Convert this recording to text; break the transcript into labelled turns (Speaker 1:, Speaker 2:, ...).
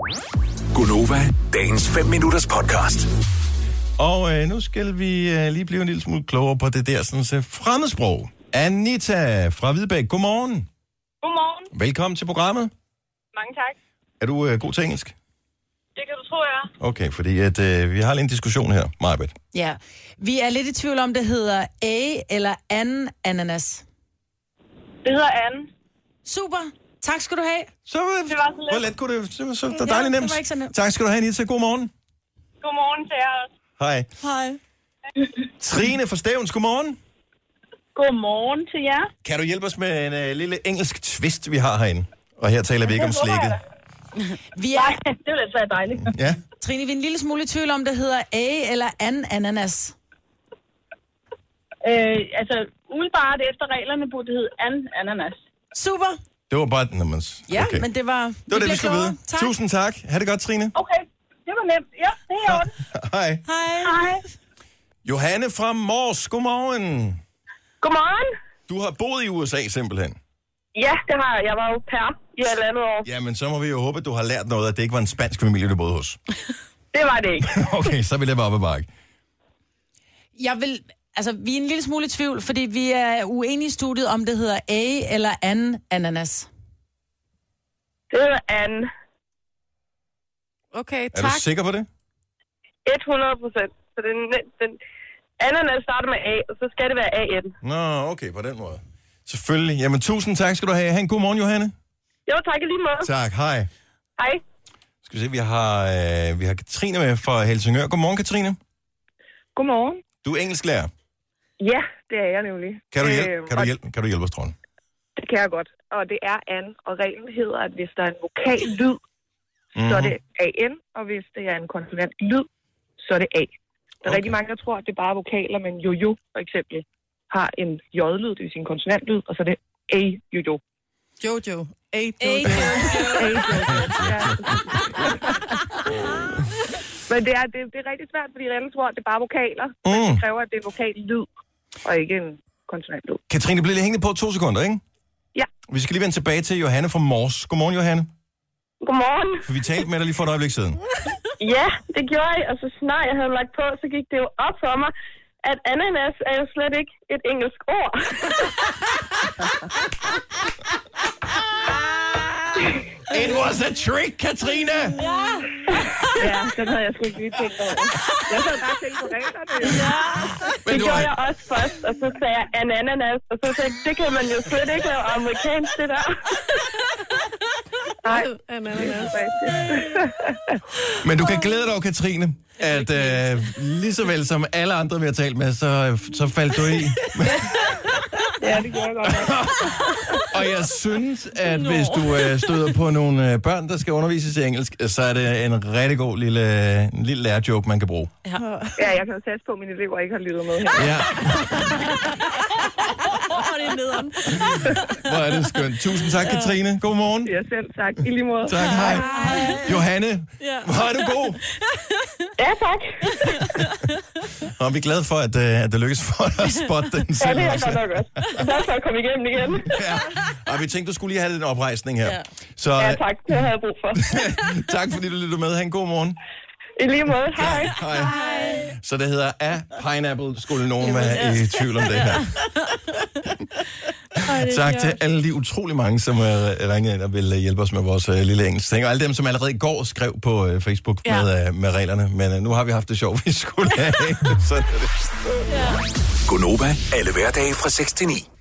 Speaker 1: Gunova, dagens 5 minutters podcast.
Speaker 2: Og nu skal vi lige blive en lille smule klogere på det der sådan fremmedsprog. Anita fra Hvidebæk, godmorgen.
Speaker 3: Godmorgen.
Speaker 2: Velkommen til programmet.
Speaker 3: Mange tak.
Speaker 2: Er du god til engelsk?
Speaker 3: Det kan du tro, jeg er.
Speaker 2: Okay, fordi vi har lige en diskussion her, Maj-Brit.
Speaker 4: Ja, vi er lidt i tvivl om, det hedder A eller an ananas.
Speaker 3: Det hedder Anne.
Speaker 4: Super, tak skal du have.
Speaker 2: Så
Speaker 3: Det var så let.
Speaker 2: hvor let kunne det? Det var så dejligt nemt.
Speaker 4: det var ikke så nemt.
Speaker 2: Tak skal du have, Anita. Godmorgen.
Speaker 3: Godmorgen til jer også.
Speaker 2: Hej.
Speaker 4: Hej.
Speaker 2: Trine fra Stevns, godmorgen.
Speaker 3: Godmorgen til jer.
Speaker 2: Kan du hjælpe os med en lille engelsk twist, vi har herinde? Og her taler vi ikke om slikket.
Speaker 4: Vi
Speaker 3: Nej,
Speaker 4: er,
Speaker 3: det ville altså være dejligt.
Speaker 2: Ja.
Speaker 4: Trine, vi er en lille smule i tvivl om, det hedder A eller an ananas.
Speaker 3: Umiddelbart efter reglerne burde det hedde ananas.
Speaker 4: Super.
Speaker 2: Det var bare...
Speaker 4: Ja,
Speaker 2: okay.
Speaker 4: men det var...
Speaker 2: Det var det, vi skulle vide.
Speaker 4: Tak.
Speaker 2: Tusind tak. Ha' det godt, Trine.
Speaker 3: Okay, det var nemt. Ja, det er i orden.
Speaker 2: Hej.
Speaker 4: Hej.
Speaker 3: Hej.
Speaker 2: Johanne fra Mors, godmorgen.
Speaker 3: Godmorgen.
Speaker 2: Du har boet i USA simpelthen.
Speaker 3: Ja, det har jeg. Jeg var jo i 1,5 år.
Speaker 2: Jamen, så må vi jo håbe, at du har lært noget, at det ikke var en spansk familie, du boede hos.
Speaker 3: Det var det ikke.
Speaker 2: Okay, så vil det være op ad bakke.
Speaker 4: Vi er en lille smule i tvivl, fordi vi er uenige i studiet, om det hedder A eller an ananas.
Speaker 3: Det hedder Anne.
Speaker 4: Okay,
Speaker 2: Er du sikker på det?
Speaker 3: 100%. Så den ananas starter med A, og så skal det være A-N.
Speaker 2: Nå, okay, på den måde. Selvfølgelig. Jamen, tusind tak skal du have. Ha' en god morgen, Johanne.
Speaker 3: Jo, tak i lige måde.
Speaker 2: Tak, hej.
Speaker 3: Hej.
Speaker 2: Skal vi se, vi har Katrine med fra Helsingør. Godmorgen, Katrine.
Speaker 3: Godmorgen.
Speaker 2: Du er engelsklærer.
Speaker 3: Ja, det er jeg nemlig.
Speaker 2: Kan du hjælpe os, Trond?
Speaker 3: Det kan jeg godt. Og det er an, og reglen hedder, at hvis der er en vokal lyd, så er det A-N, og hvis det er en konsonant lyd, så er det A. Der er rigtig mange, der tror, at det er bare vokaler, men jo for eksempel har en J-lyd, det vil sige en konsonantlyd, og så er det A-jo.
Speaker 4: Jojo. A-Jojo.
Speaker 3: Ja. Men det er rigtig svært, fordi reelt tror, at det er bare vokaler. Men det kræver, at det er vokal lyd, og ikke en konsonantlyd.
Speaker 2: Katrine, bliver lige hængende på 2 sekunder, ikke?
Speaker 3: Ja.
Speaker 2: Vi skal lige vende tilbage til Johanne fra Mors. Godmorgen, Johanne.
Speaker 3: Godmorgen.
Speaker 2: For vi talte med dig lige for et øjeblik siden.
Speaker 3: Ja, det gjorde jeg, og så snart jeg havde lagt på, så gik det jo op for mig, at ananas er jo slet ikke et engelsk ord.
Speaker 2: It was a trick, Katrine!
Speaker 3: Ja, den havde jeg sgu ikke lige tænkt over. Jeg havde bare tænkt på reglerne.
Speaker 2: Men
Speaker 3: Det
Speaker 2: du
Speaker 3: gjorde
Speaker 2: har...
Speaker 3: jeg også først, og så sagde jeg ananas, og så tænkte det kan man jo slet ikke lave amerikansk, det der. Nej, ananas faktisk.
Speaker 2: Men du kan glæde dig, Katrine, at lige så vel som alle andre, vi har talt med, så faldt du i.
Speaker 3: Ja, det gjorde jeg godt nok.
Speaker 2: Og jeg synes, at hvis du støder på nogle børn, der skal undervises i engelsk, så er det en rigtig god lille lærerjoke, man kan bruge.
Speaker 3: Ja, jeg kan jo teste på, at mine elever ikke har lyttet med her.
Speaker 2: Ja,
Speaker 4: Det er nederen.
Speaker 2: hvor er det skønt. Tusind tak, Katrine. God morgen.
Speaker 3: Ja, selv tak. I lige måde.
Speaker 2: Tak, hej. Johanne, hvor er du god.
Speaker 3: Ja, tak.
Speaker 2: Og vi er glade for, at det lykkes for dig at spotte den
Speaker 3: Ja,
Speaker 2: selv.
Speaker 3: det er jeg godt nok også. Og derfor er jeg kommet igennem igen.
Speaker 2: Ja. Og vi tænkte, du skulle lige have lidt oprejsning her.
Speaker 4: Ja.
Speaker 2: Så
Speaker 3: Ja, tak. Det havde jeg brug for.
Speaker 2: tak, fordi du lyttede med. Ha' en god morgen.
Speaker 3: I lige måde. Hej.
Speaker 2: Hej. Så det hedder A Pineapple, skulle nogen være i tvivl om det her. Tak til alle de utrolig mange, som har ringet ind og vil hjælpe os med vores lille engelsk ting. Og alle dem, som allerede i går skrev på Facebook med reglerne. Men nu har vi haft det sjovt, vi skulle have. Sådan er det.
Speaker 1: Gunova, alle hverdage fra 6 til 9.